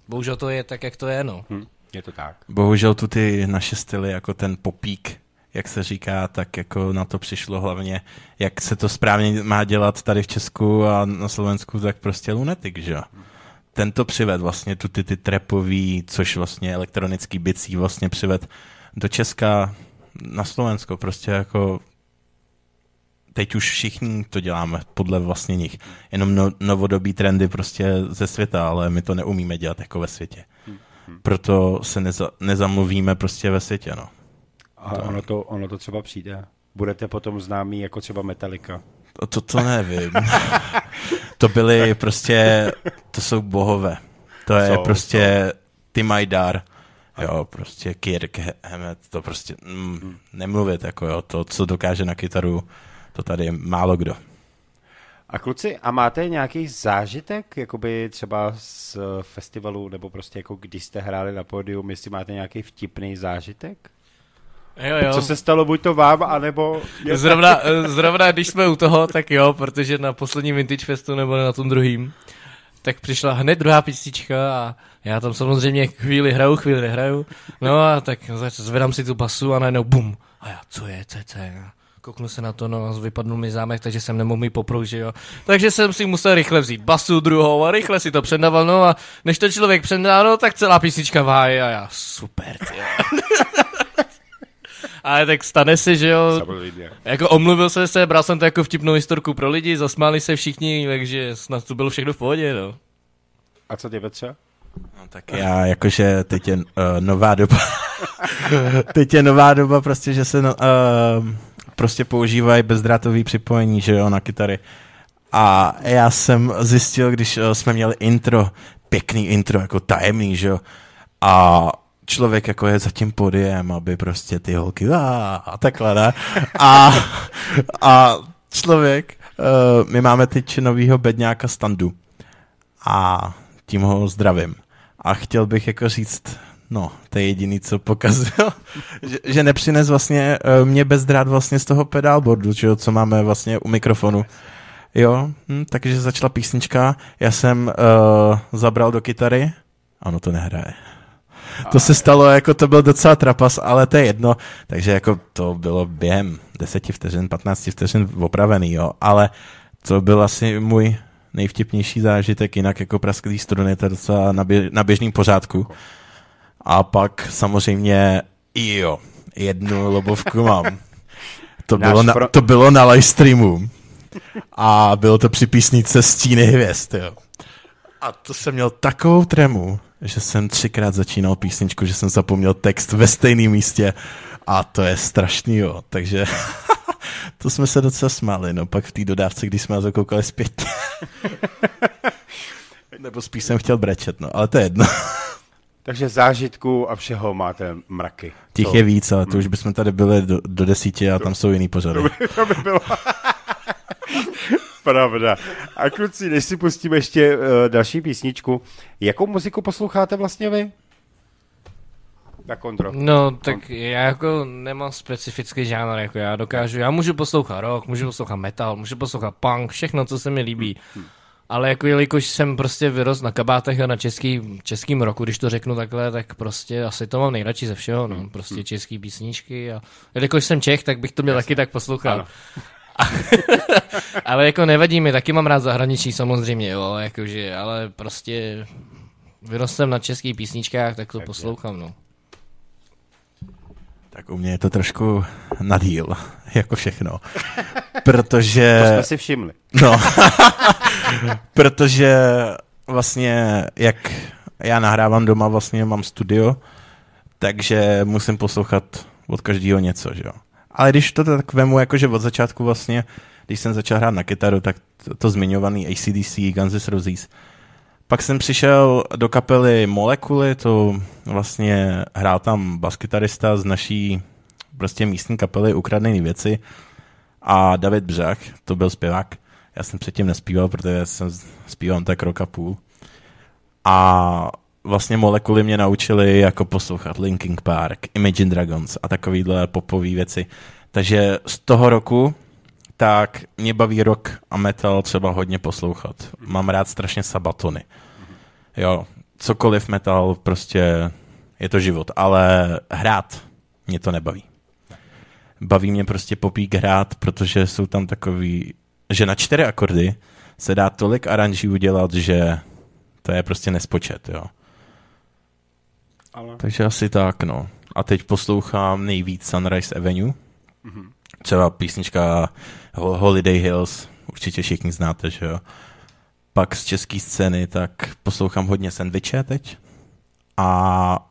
bohužel to je tak, jak to je, no. Hm, je to tak. Bohužel tu ty naše styly, jako ten popík, jak se říká, tak jako na to přišlo hlavně, jak se to správně má dělat tady v Česku a na Slovensku, tak prostě Lunatic, že jo. Tento přived vlastně tu ty, ty trapový, což vlastně elektronický bicí vlastně přived do Česka na Slovensko, prostě jako teď už všichni to děláme podle vlastně nich. Jenom no, novodobí trendy prostě ze světa, ale my to neumíme dělat jako ve světě. Proto se neza, nezamluvíme prostě ve světě, no. A ono to, ono to třeba přijde. Budete potom známí jako třeba Metallica. To, to, to nevím. To byly prostě, to jsou bohové. To je jsou, prostě jsou. Ty mají dar. Jo, prostě Kirk, Hammett, to prostě mm, hmm. nemluvit, jako jo, to, co dokáže na kytaru, to tady je málo kdo. A kluci, a máte nějaký zážitek, jakoby třeba z festivalu, nebo prostě jako když jste hráli na pódium, jestli máte nějaký vtipný zážitek? Jo, jo. Co se stalo buď to vám, anebo... Zrovna, zrovna když jsme u toho, tak jo, protože na posledním Vintage Festu nebo na tom druhým, tak přišla hned druhá písnička a já tam samozřejmě chvíli hraju, chvíli nehraju. No a tak zvedám si tu basu a najednou bum. A já, co je, co je, co je? Kouknu se na to, no a vypadnul mi zámek, takže jsem nemohl mít poprout, že jo. Takže jsem si musel rychle vzít basu druhou a rychle si to předával, no a než to člověk předá, no tak celá písnička váje a já, super, ty. Ale tak stane se, že jo, samozřejmě. Jako omluvil jsem se, bral jsem to jako vtipnou historku pro lidi, zasmáli se všichni, takže snad to bylo všechno v pohodě, no. A co ty, Petře? No tak já, jakože teď je uh, nová doba, teď je nová doba prostě, že se no, uh, prostě používají bezdrátový připojení, že jo, na kytary. A já jsem zjistil, když uh, jsme měli intro, pěkný intro, jako tajemný, že jo, a člověk jako je za tím podiem, aby prostě ty holky a, a takhle, ne? A, a člověk, uh, my máme teď novýho bedňáka Standu a tím ho zdravím. A chtěl bych jako říct, no, to je jediný, co pokazil, že, že nepřines vlastně uh, mě bezdrát vlastně z toho pedálboardu, že jo, co máme vlastně u mikrofonu. Jo, hm, takže začala písnička, já jsem uh, zabral do kytary, ano, to nehraje. To se stalo, jako to byl docela trapas, ale to je jedno, takže jako to bylo během deseti vteřin, patnácti vteřin opravený, jo, ale to byl asi můj nejvtipnější zážitek, jinak jako prasklý struny, to je docela na, bě- na běžným pořádku. A pak samozřejmě, jo, jednu lobovku mám. To bylo, na, to bylo na live streamu a bylo to při písnice Stíny hvězd, jo. A to jsem měl takovou tremu, že jsem třikrát začínal písničku, že jsem zapomněl text ve stejném místě a to je strašný, jo. Takže to jsme se docela smáli, no. Pak v té dodávce, když jsme na to koukali zpětně. Nebo spíš jsem chtěl brečet, no, ale to je jedno. Takže zážitku a všeho máte mraky. Těch je víc, ale to hmm. už bychom tady byli do, do desíti a tam jsou jiný pořady. To by, to by bylo... Pravda. A kluci, než si pustíme ještě uh, další písničku, jakou muziku posloucháte vlastně vy? Na kontro. No, tak já jako nemám specifický žánr, jako já dokážu, já můžu poslouchat rock, můžu poslouchat metal, můžu poslouchat punk, všechno, co se mi líbí. Hmm. Ale jako jelikož jsem prostě vyrost na kabátech a na český, českým roku, když to řeknu takhle, tak prostě asi to mám nejradši ze všeho, no. Prostě český písničky a jelikož jsem Čech, tak bych to měl taky tak poslouchat. Ale jako nevadí mi, taky mám rád zahraničí samozřejmě, jo, jakože, ale prostě vyrost jsem na českých písničkách, tak to tak poslouchám, je. No. Tak u mě je to trošku nadíl, jako všechno, protože... To jsme si všimli. No, protože vlastně, jak já nahrávám doma, vlastně mám studio, takže musím poslouchat od každého něco, že jo. Ale když to tak vemu, jakože od začátku vlastně, když jsem začal hrát na kytaru, tak to, to zmiňovaný A C D C, Guns N' Roses. Pak jsem přišel do kapely Molekuly, to vlastně hrál tam baskytarista z naší prostě místní kapely Ukradené věci a David Břach, to byl zpěvák. Já jsem předtím nespíval, protože jsem zpíval tak rok a půl. A vlastně Molekuly mě naučili jako poslouchat Linkin Park, Imagine Dragons a takovýhle popové věci. Takže z toho roku tak mě baví rock a metal třeba hodně poslouchat. Mám rád strašně Sabatony. Jo, cokoliv metal, prostě je to život, ale hrát mě to nebaví. Baví mě prostě popík hrát, protože jsou tam takový, že na čtyři akordy se dá tolik aranží udělat, že to je prostě nespočet, jo. Ale... Takže asi tak, no. A teď poslouchám nejvíc Sunrise Avenue, mm-hmm. třeba písnička Holiday Hills, určitě všichni znáte, že jo. Pak z české scény, tak poslouchám hodně Sandwiche teď. A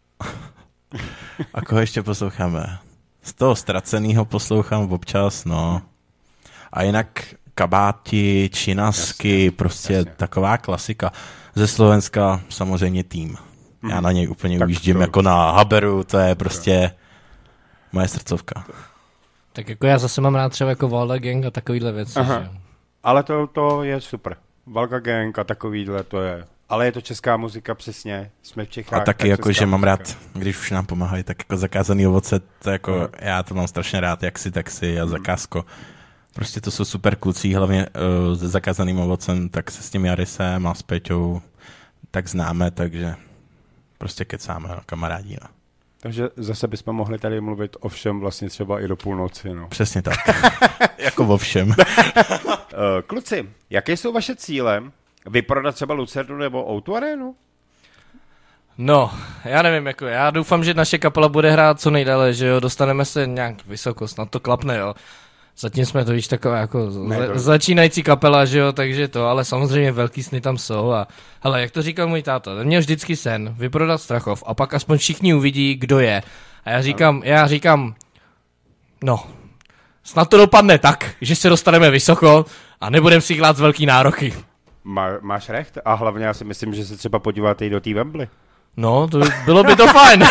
a koho ještě posloucháme? Z toho Ztracenýho poslouchám občas, no. A jinak Kabáti, Činasky, jasně, prostě jasně. Taková klasika. Ze Slovenska samozřejmě Tým. Hmm. Já na něj úplně tak ujíždím to... jako na Haberu, to je prostě moje srdcovka. Tak jako já zase mám rád třeba jako Valga Gang a takovýhle věci. Že? Ale to, to je super. Valga Gang a takovýhle to je... Ale je to česká muzika, přesně, jsme v Čechách. A taky tak jako, že muzika. Mám rád, když už nám pomáhají, tak jako Zakázaný ovoce, to jako, no. Já to mám strašně rád, jak si taxi a Zakázko. Prostě to jsou super kluci, hlavně uh, se Zakázaným ovocem, tak se s tím Jarisem a s Peťou tak známe, takže prostě kecáme, no, kamarádi. No. Takže zase bychom mohli tady mluvit o všem vlastně třeba i do půlnoci. No. Přesně tak, jako o všem. uh, kluci, jaké jsou vaše cíle? Vyprodat třeba Lucernu nebo ó dva Arenu? No, já nevím, jako já doufám, že naše kapela bude hrát co nejdéle, že jo, dostaneme se nějak vysoko, snad to klapne, jo. Zatím jsme to víš taková jako ne, to... začínající kapela, že jo, takže to, ale samozřejmě velký sny tam jsou a hele, jak to říkal můj táta, ten měl vždycky sen vyprodat Strachov a pak aspoň všichni uvidí, kdo je. A já říkám, já říkám, no, snad to dopadne tak, že se dostaneme vysoko a nebudeme si klát velký nároky. Má, máš recht a hlavně já si myslím, že se třeba podíváte i do té Wembley. No, to bylo by to fajn.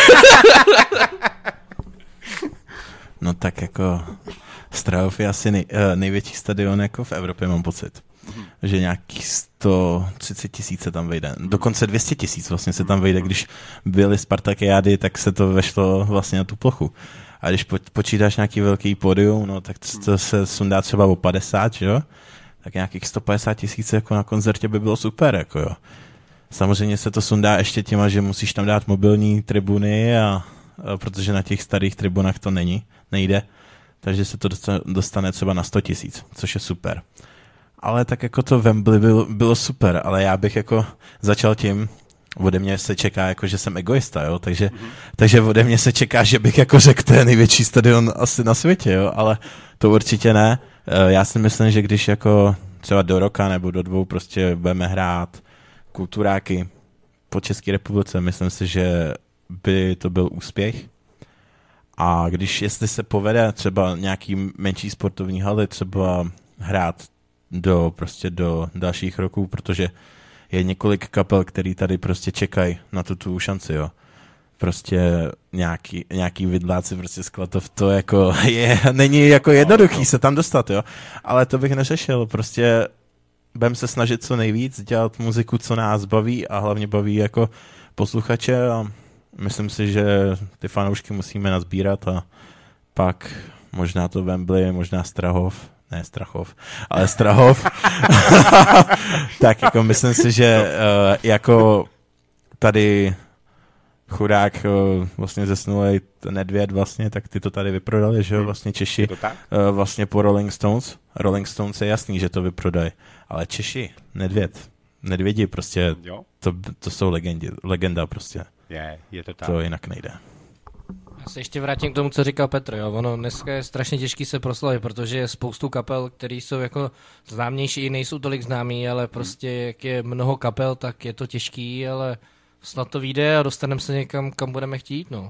No tak jako Strahov je asi nej, největší stadion jako v Evropě, mám pocit. Mm. Že nějakých sto třicet tisíc se tam vejde. Dokonce dvě stě tisíc vlastně se tam vejde. Když byly Spartakiády, tak se to vešlo vlastně na tu plochu. A když po, počítáš nějaký velký pódium, no tak to, to se sundá třeba o padesát, že jo? Tak nějakých sto padesát tisíc jako na koncertě by bylo super, jako jo. Samozřejmě se to sundá ještě těma, že musíš tam dát mobilní tribuny, a, a protože na těch starých tribunách to není, nejde. Takže se to dostane třeba na sto tisíc, což je super. Ale tak jako to Wembley bylo, bylo super, ale já bych jako začal tím, ode mě se čeká, jako, že jsem egoista, jo, takže, mm-hmm. takže ode mě se čeká, že bych jako řekl, to je největší stadion asi na světě, jo, ale to určitě ne. Já si myslím, že když jako třeba do roka nebo do dvou prostě budeme hrát kulturáky po České republice, myslím si, že by to byl úspěch. A když, jestli se povede třeba nějaký menší sportovní haly třeba hrát do, prostě do dalších roků, protože je několik kapel, který tady prostě čekají na tu, tu šanci, jo. Prostě nějaký, nějaký vidláci prostě z Klatov, to jako je, není jako jednoduchý se tam dostat, jo. Ale to bych neřešil, prostě budeme se snažit co nejvíc, dělat muziku, co nás baví a hlavně baví jako posluchače a myslím si, že ty fanoušky musíme nazbírat a pak možná to Wembley, možná Strahov, ne Strachov, ale Strahov. Tak jako myslím si, že uh, jako tady chudák vlastně zesnulej Nedvěd vlastně, tak ty to tady vyprodali, že jo, vlastně Češi vlastně po Rolling Stones. Rolling Stones je jasný, že to vyprodají, ale Češi, Nedvěd, Nedvědi prostě, to, to jsou legendi, legenda prostě. Je, je to tak. To jinak nejde. Já se ještě vrátím k tomu, co říkal Petr, jo, ono dneska je strašně těžký se proslavit, protože je spoustu kapel, které jsou jako známější, i nejsou tolik známý, ale prostě jak je mnoho kapel, tak je to těžký, ale snad to vyjde a dostaneme se někam, kam budeme chtít, no.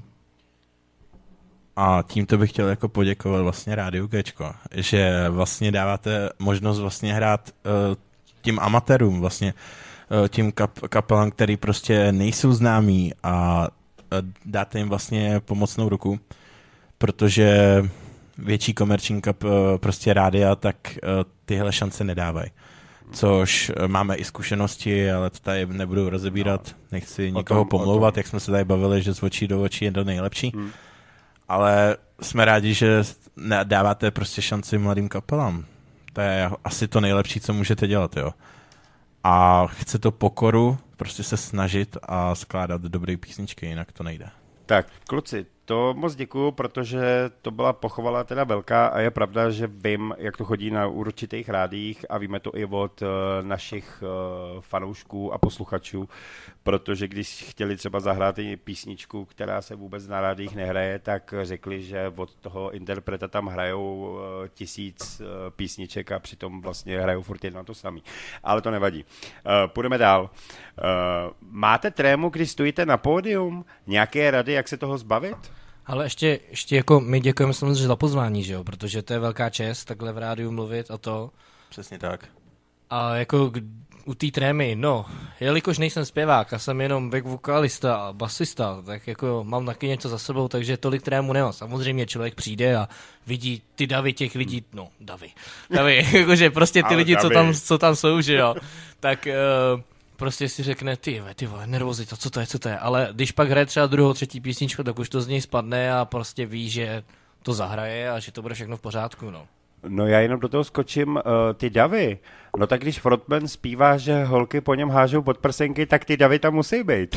A tímto bych chtěl jako poděkovat vlastně Rádiu Géčko, že vlastně dáváte možnost vlastně hrát uh, tím amatérům, vlastně uh, tím kap- kapelám, který prostě nejsou známí a uh, dáte jim vlastně pomocnou ruku, protože větší komerční kap, uh, prostě rádia, tak uh, tyhle šance nedávají. Což máme i zkušenosti, ale to tady nebudu rozebírat, nechci nikoho pomlouvat, jak jsme se tady bavili, že z očí do očí je to nejlepší. Hmm. Ale jsme rádi, že dáváte prostě šanci mladým kapelám. To je asi to nejlepší, co můžete dělat, jo. A chce to pokoru, prostě se snažit a skládat dobré písničky, jinak to nejde. Tak, kluci, to moc děkuju, protože to byla pochvala teda velká a je pravda, že vím, jak to chodí na určitých rádiích a víme to i od uh, našich uh, fanoušků a posluchačů, protože když chtěli třeba zahrát i písničku, která se vůbec na rádiích nehraje, tak řekli, že od toho interpreta tam hrajou uh, tisíc uh, písniček a přitom vlastně hrajou furt jedno to samý. Ale to nevadí. Uh, půjdeme dál. Uh, máte trému, když stojíte na pódium? Nějaké rady, jak se toho zbavit? Ale ještě, ještě jako my děkujeme samozřejmě za pozvání, že jo, protože to je velká čest takhle v rádiu mluvit a to. Přesně tak. A jako u té trémy, no, jelikož nejsem zpěvák a jsem jenom back vokalista a basista, tak jako mám taky něco za sebou, takže tolik trému nemám. Samozřejmě člověk přijde a vidí ty davy těch lidí, no, davy, davy, jakože prostě ty lidi, co tam, co tam jsou, že jo, tak uh, prostě si řekne, ty, ty vole, nervozita, co to je, co to je, ale když pak hraje třeba druhou, třetí písničku, tak už to z něj spadne a prostě ví, že to zahraje a že to bude všechno v pořádku, no. No já jenom do toho skočím, uh, ty davy. No tak když frontman zpívá, že holky po něm hážou podprsenky, tak ty davy tam musí být.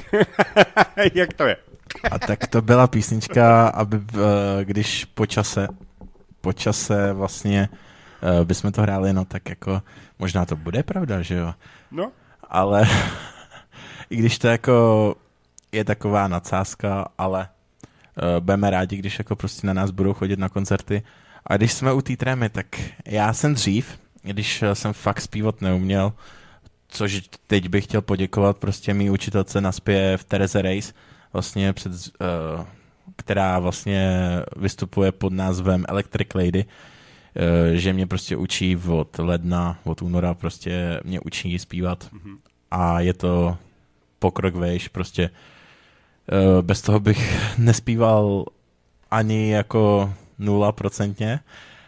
Jak to je? A tak to byla písnička, aby uh, když po čase, po čase vlastně uh, bychom to hráli, no tak jako možná to bude pravda, že jo? No. Ale i když to jako je taková nadsázka, ale uh, budeme rádi, když jako prostě na nás budou chodit na koncerty. A když jsme u té trémy, tak já jsem dřív, když jsem fakt zpívat neuměl, což teď bych chtěl poděkovat prostě mý učitelce na zpěv Tereze Reis, vlastně před, uh, která vlastně vystupuje pod názvem Electric Lady, uh, že mě prostě učí od ledna, od února prostě mě učí zpívat mm-hmm. a je to pokrok vejš, prostě uh, bez toho bych nespíval ani jako nula procentně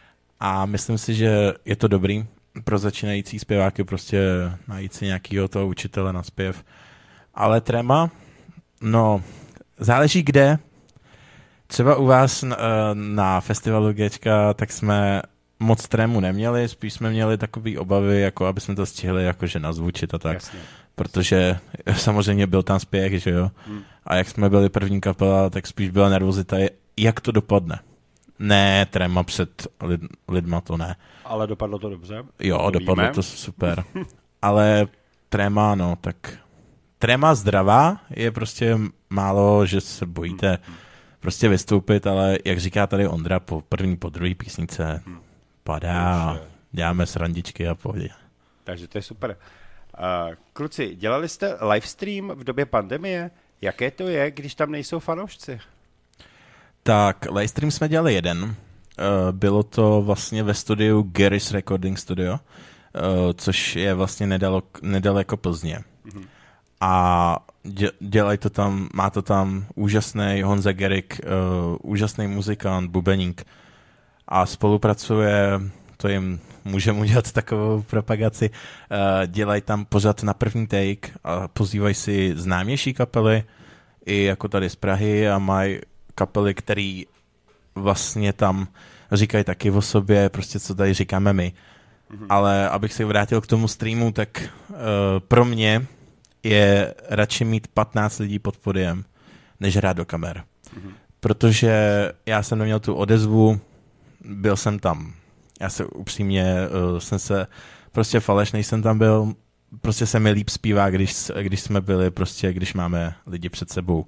a myslím si, že je to dobrý pro začínající zpěváky prostě najít si nějakýho toho učitele na zpěv. Ale tréma, no, záleží kde. Třeba u vás na, na festivalu Gčka, tak jsme moc trému neměli, spíš jsme měli takový obavy, jako aby jsme to stihli jakože nazvučit a tak. Jasně. Protože samozřejmě byl tam spěch, že jo. Hmm. A jak jsme byli první kapela, tak spíš byla nervozita, jak to dopadne. Ne, tréma před lid, lidma, to ne. Ale dopadlo to dobře? Jo, to dopadlo víme. to super. Ale tréma, no, tak tréma zdravá je prostě málo, že se bojíte hmm. prostě vystoupit, ale jak říká tady Ondra, po první, po druhé písnice hmm. padá a děláme srandičky a pohodě. Takže to je super. Uh, kluci, dělali jste livestream v době pandemie? Jaké to je, když tam nejsou fanoušci? Tak, livestream jsme dělali jeden. Bylo to vlastně ve studiu Gary's Recording Studio, což je vlastně nedaleko, nedaleko Plzně. Mm-hmm. A dělají to tam, má to tam úžasný Honza Gerik, úžasný muzikant, bubeník a spolupracuje, to jim můžeme udělat takovou propagaci, dělají tam pořád na první take a pozývají si známější kapely, i jako tady z Prahy a mají kapely, který vlastně tam říkají taky o sobě, prostě co tady říkáme my. Mm-hmm. Ale abych se vrátil k tomu streamu, tak uh, pro mě je radši mít patnáct lidí pod podiem, než hrát do kamer. Mm-hmm. Protože já jsem neměl tu odezvu, byl jsem tam. Já se upřímně, uh, jsem se, prostě falešnej jsem tam byl, prostě se mi líp zpívá, když, když jsme byli, prostě když máme lidi před sebou.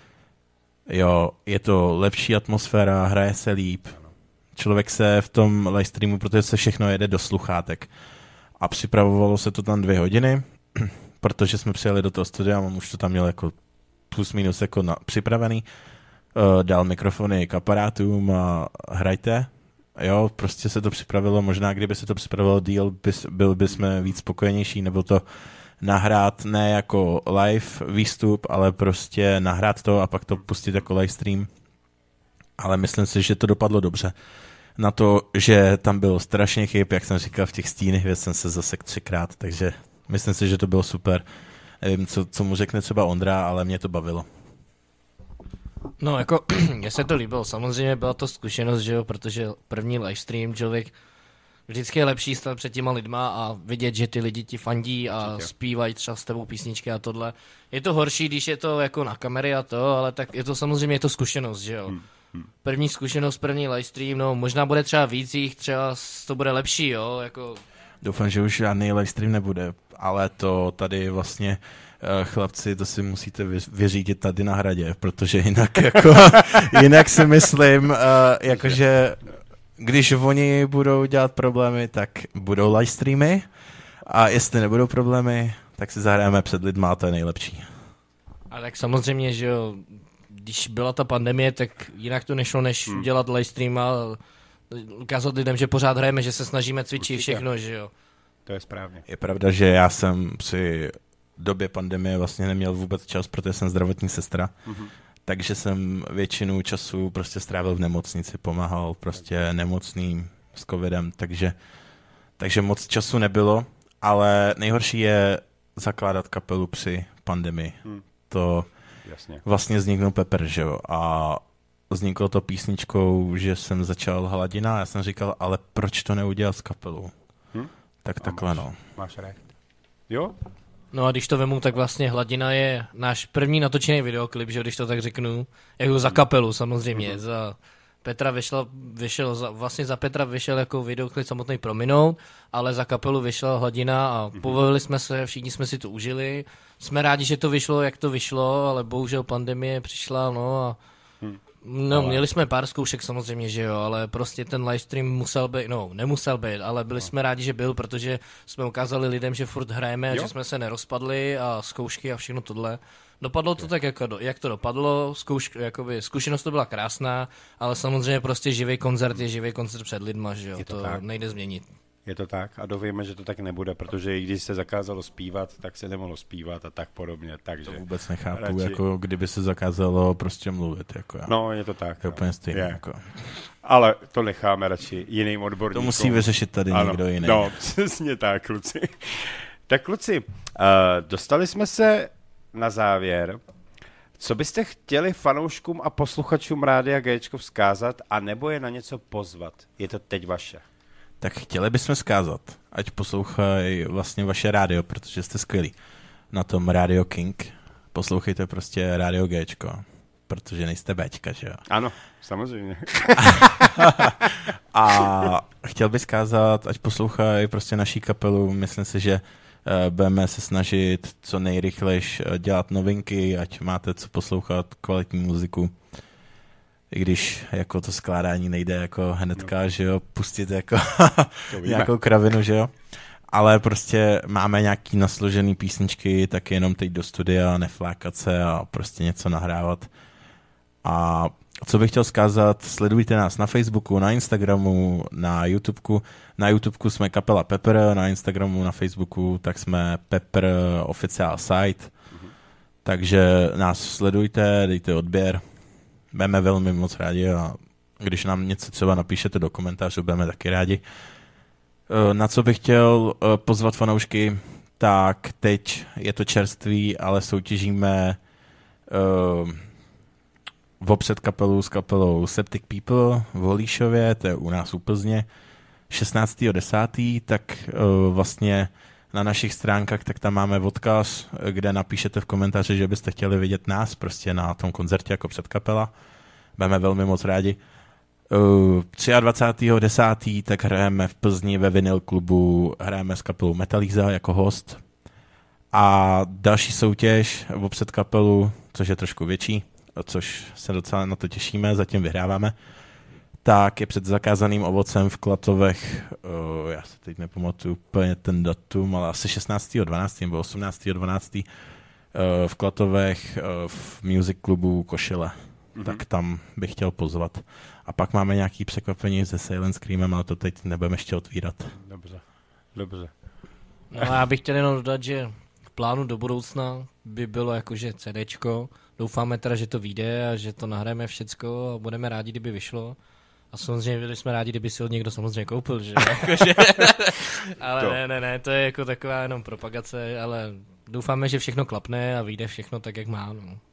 Jo, je to lepší atmosféra, hraje se líp. Člověk se v tom live streamu, protože se všechno jede do sluchátek. A připravovalo se to tam dvě hodiny, protože jsme přijeli do toho studia, on už to tam měl jako plus minus jako na, připravený. Uh, dal mikrofony k aparátům a hrajte. Jo, prostě se to připravilo, možná kdyby se to připravilo díl, bys, byl bychom víc spokojenější, nebo to nahrát ne jako live výstup, ale prostě nahrát to a pak to pustit jako live stream. Ale myslím si, že to dopadlo dobře. Na to, že tam bylo strašně chyb, jak jsem říkal, v těch stínech jsem se zasek třikrát, takže myslím si, že to bylo super. Nevím, co, co mu řekne třeba Ondra, ale mě to bavilo. No jako, mně se to líbilo, samozřejmě byla to zkušenost, že jo, protože první livestream člověk vždycky je lepší stát před těma lidma a vidět, že ty lidi ti fandí a Určitě. zpívají třeba s tebou písničky a tohle. Je to horší, když je to jako na kamery a to, ale tak je to samozřejmě je to zkušenost, že jo. Hmm. První zkušenost, první livestream, no možná bude třeba víc jich, třeba to bude lepší, jo, jako... Doufám, že už žádný livestream nebude, ale to tady vlastně chlapci, to si musíte vyřídit tady na hradě, protože jinak jako, jinak si myslím, uh, jakože když oni budou dělat problémy, tak budou livestreamy a jestli nebudou problémy, tak si zahrajeme před lidma a to je nejlepší. A tak samozřejmě, že jo, když byla ta pandemie, tak jinak to nešlo, než hmm. dělat livestream a ukázat lidem, že pořád hrajeme, že se snažíme cvičit všechno, že jo. To je správně. Je pravda, že já jsem při době pandemie vlastně neměl vůbec čas, protože jsem zdravotní sestra, mm-hmm. takže jsem většinu času prostě strávil v nemocnici, pomáhal prostě nemocným s covidem, takže, takže moc času nebylo, ale nejhorší je zakládat kapelu při pandemii. Hmm. To Jasně. vlastně vzniknul Pepper, že jo, a vzniklo to písničkou, že jsem začal Hladina a já jsem říkal, ale proč to neudělat s kapelou? Hmm? Tak a takhle máš, no. Máš recht. Jo? No a když to vemu, tak vlastně Hladina je náš první natočený videoklip, že když to tak řeknu, jako za kapelu samozřejmě, mm-hmm. za Petra vyšel, vyšel za, vlastně za Petra vyšel jako videoklip samotný Prominout, ale za kapelu vyšla Hladina a mm-hmm. povolili jsme se, všichni jsme si to užili, jsme rádi, že to vyšlo, jak to vyšlo, ale bohužel pandemie přišla, no a mm. No, ale... měli jsme pár zkoušek samozřejmě, že jo, ale prostě ten livestream musel být, no, nemusel být, ale byli no. jsme rádi, že byl, protože jsme ukázali lidem, že furt hrajeme, jo? Že jsme se nerozpadli a zkoušky a všechno tohle. Dopadlo to tak, jako, jak to dopadlo, Zkouš, jakoby, zkušenost to byla krásná, ale samozřejmě prostě živý koncert je živý koncert před lidma, že jo, to, to nejde změnit. Je to tak a doufejme, že to tak nebude, protože i když se zakázalo zpívat, tak se nemohlo zpívat a tak podobně, takže... To vůbec nechápu, radši... jako kdyby se zakázalo prostě mluvit, jako já. No, je to tak. Je úplně stejný, je. jako. Ale to necháme radši jiným odborníkům. To musí vyřešit tady ano. někdo jiný. No, přesně tak, kluci. Tak kluci, uh, dostali jsme se na závěr. Co byste chtěli fanouškům a posluchačům Rádia Géčko vzkázat a nebo je na něco pozvat? Je to teď vaše. Tak chtěli bychom vzkázat, ať poslouchají vlastně vaše rádio, protože jste skvělí. Na tom Radio King poslouchejte prostě Rádio Géčko, protože nejste Béčka, že jo? Ano, samozřejmě. A chtěl bych vzkázat, ať poslouchají prostě naší kapelu, myslím si, že uh, budeme se snažit co nejrychlejš dělat novinky, ať máte co poslouchat, kvalitní muziku. I když jako to skládání nejde jako hnedka, no. že jo, pustit jako nějakou kravinu, že jo. Ale prostě máme nějaký nasložený písničky, tak jenom teď do studia, neflákat se a prostě něco nahrávat. A co bych chtěl vzkázat, sledujte nás na Facebooku, na Instagramu, na YouTubeku. Na YouTubeku jsme kapela Pepper, na Instagramu, na Facebooku, tak jsme Pepper Official Site. Mm-hmm. Takže nás sledujte, dejte odběr. Budeme velmi moc rádi a když nám něco třeba napíšete do komentářů, budeme taky rádi. Na co bych chtěl pozvat fanoušky, tak teď je to čerství, ale soutěžíme uh, vopřed kapelu s kapelou Septic People v Holíšově, to je u nás u Plzně, šestnáctého desátého tak uh, vlastně na našich stránkách, tak tam máme odkaz, kde napíšete v komentáři, že byste chtěli vidět nás prostě na tom koncertě jako předkapela. Budeme velmi moc rádi. Uh, dvacátého třetího desátého tak hrajeme v Plzni ve Vinyl klubu, hrajeme s kapelou Metalliza jako host. A další soutěž o předkapelu, což je trošku větší, což se docela na to těšíme, zatím vyhráváme, tak je před zakázaným ovocem v Klatovech, uh, já se teď nepamatuju úplně ten datum, ale asi šestnáctého dvanáctého nebo osmnáctého dvanáctého Uh, v Klatovech uh, v music klubu Košile. Mm-hmm. Tak tam bych chtěl pozvat. A pak máme nějaký překvapení se Silent Screamem, ale to teď nebudeme ještě otvírat. Dobře, dobře. No a já bych chtěl jenom dodat, že v plánu do budoucna by bylo jakože CDčko. Doufáme teda, že to vyjde a že to nahrajeme všecko a budeme rádi, kdyby vyšlo. A samozřejmě byli jsme rádi, kdyby si ho někdo samozřejmě koupil, že? Jakože, ale to. ne, ne, ne, to je jako taková jenom propagace, ale doufáme, že všechno klapne a vyjde všechno tak, jak má. No.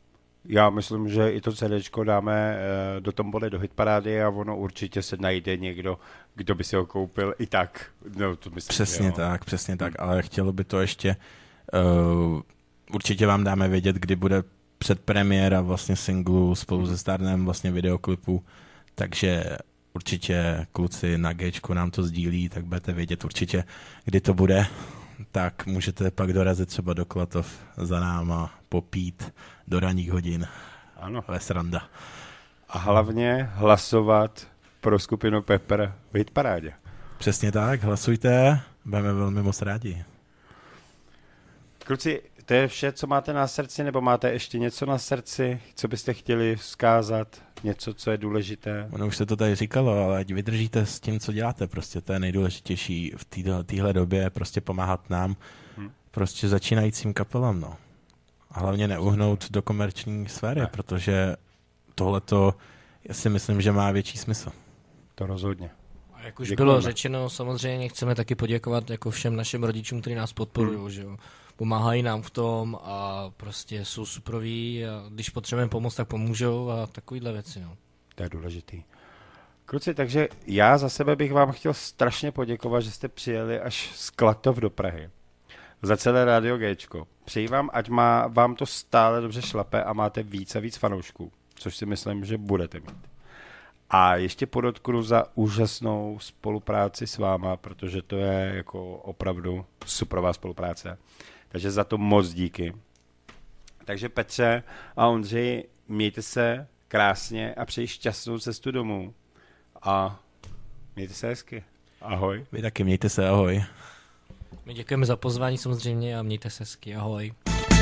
Já myslím, že i to CDčko dáme do tombole do hitparády a ono určitě se najde někdo, kdo by si ho koupil i tak. No, to myslím, přesně tak, přesně tak, ale chtělo by to ještě, uh, určitě vám dáme vědět, kdy bude předpremiéra vlastně singlu spolu se Starnem vlastně videoklipu, takže určitě kluci na Gčku nám to sdílí, tak budete vědět určitě, kdy to bude, tak můžete pak dorazit třeba do Klatov za náma, popít do ranních hodin. Ano. Ve sranda. A hlavně hlasovat pro skupinu Pepper v hitparádě. Přesně tak, hlasujte, budeme velmi moc rádi. Kluci, to je vše, co máte na srdci, nebo máte ještě něco na srdci, co byste chtěli vzkázat, něco, co je důležité? Ono už se to tady říkalo, ale ať vydržíte s tím, co děláte, prostě to je nejdůležitější v téhle době, prostě pomáhat nám, hmm. prostě začínajícím kapelám, no. A hlavně neuhnout do komerční sféry, ne. protože tohleto, já si myslím, že má větší smysl. To rozhodně. A jak už Děkujeme. Bylo řečeno, samozřejmě chceme taky poděkovat jako všem našim rodičům, kteří nás podporují, hmm. že jo. Pomáhají nám v tom a prostě jsou suproví a když potřebujeme pomoct, tak pomůžou a takovýhle věci. No. To je důležitý. Kluci, takže já za sebe bych vám chtěl strašně poděkovat, že jste přijeli až z Klatov do Prahy. Za celé Rádio Géčko. Přeji vám, ať má, vám to stále dobře šlape a máte víc a víc fanoušků, což si myslím, že budete mít. A ještě podotknu za úžasnou spolupráci s váma, protože to je jako opravdu superová spolupráce. Takže za to moc díky. Takže Petře a Ondřej, mějte se krásně a přeji šťastnou cestu domů. A mějte se hezky. Ahoj. Vy taky mějte se, ahoj. My děkujeme za pozvání samozřejmě a mějte se hezky, ahoj.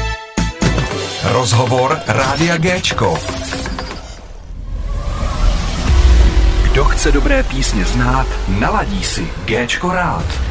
Rozhovor Rádia Géčko. Kdo chce dobré písně znát, naladí si Géčko rád.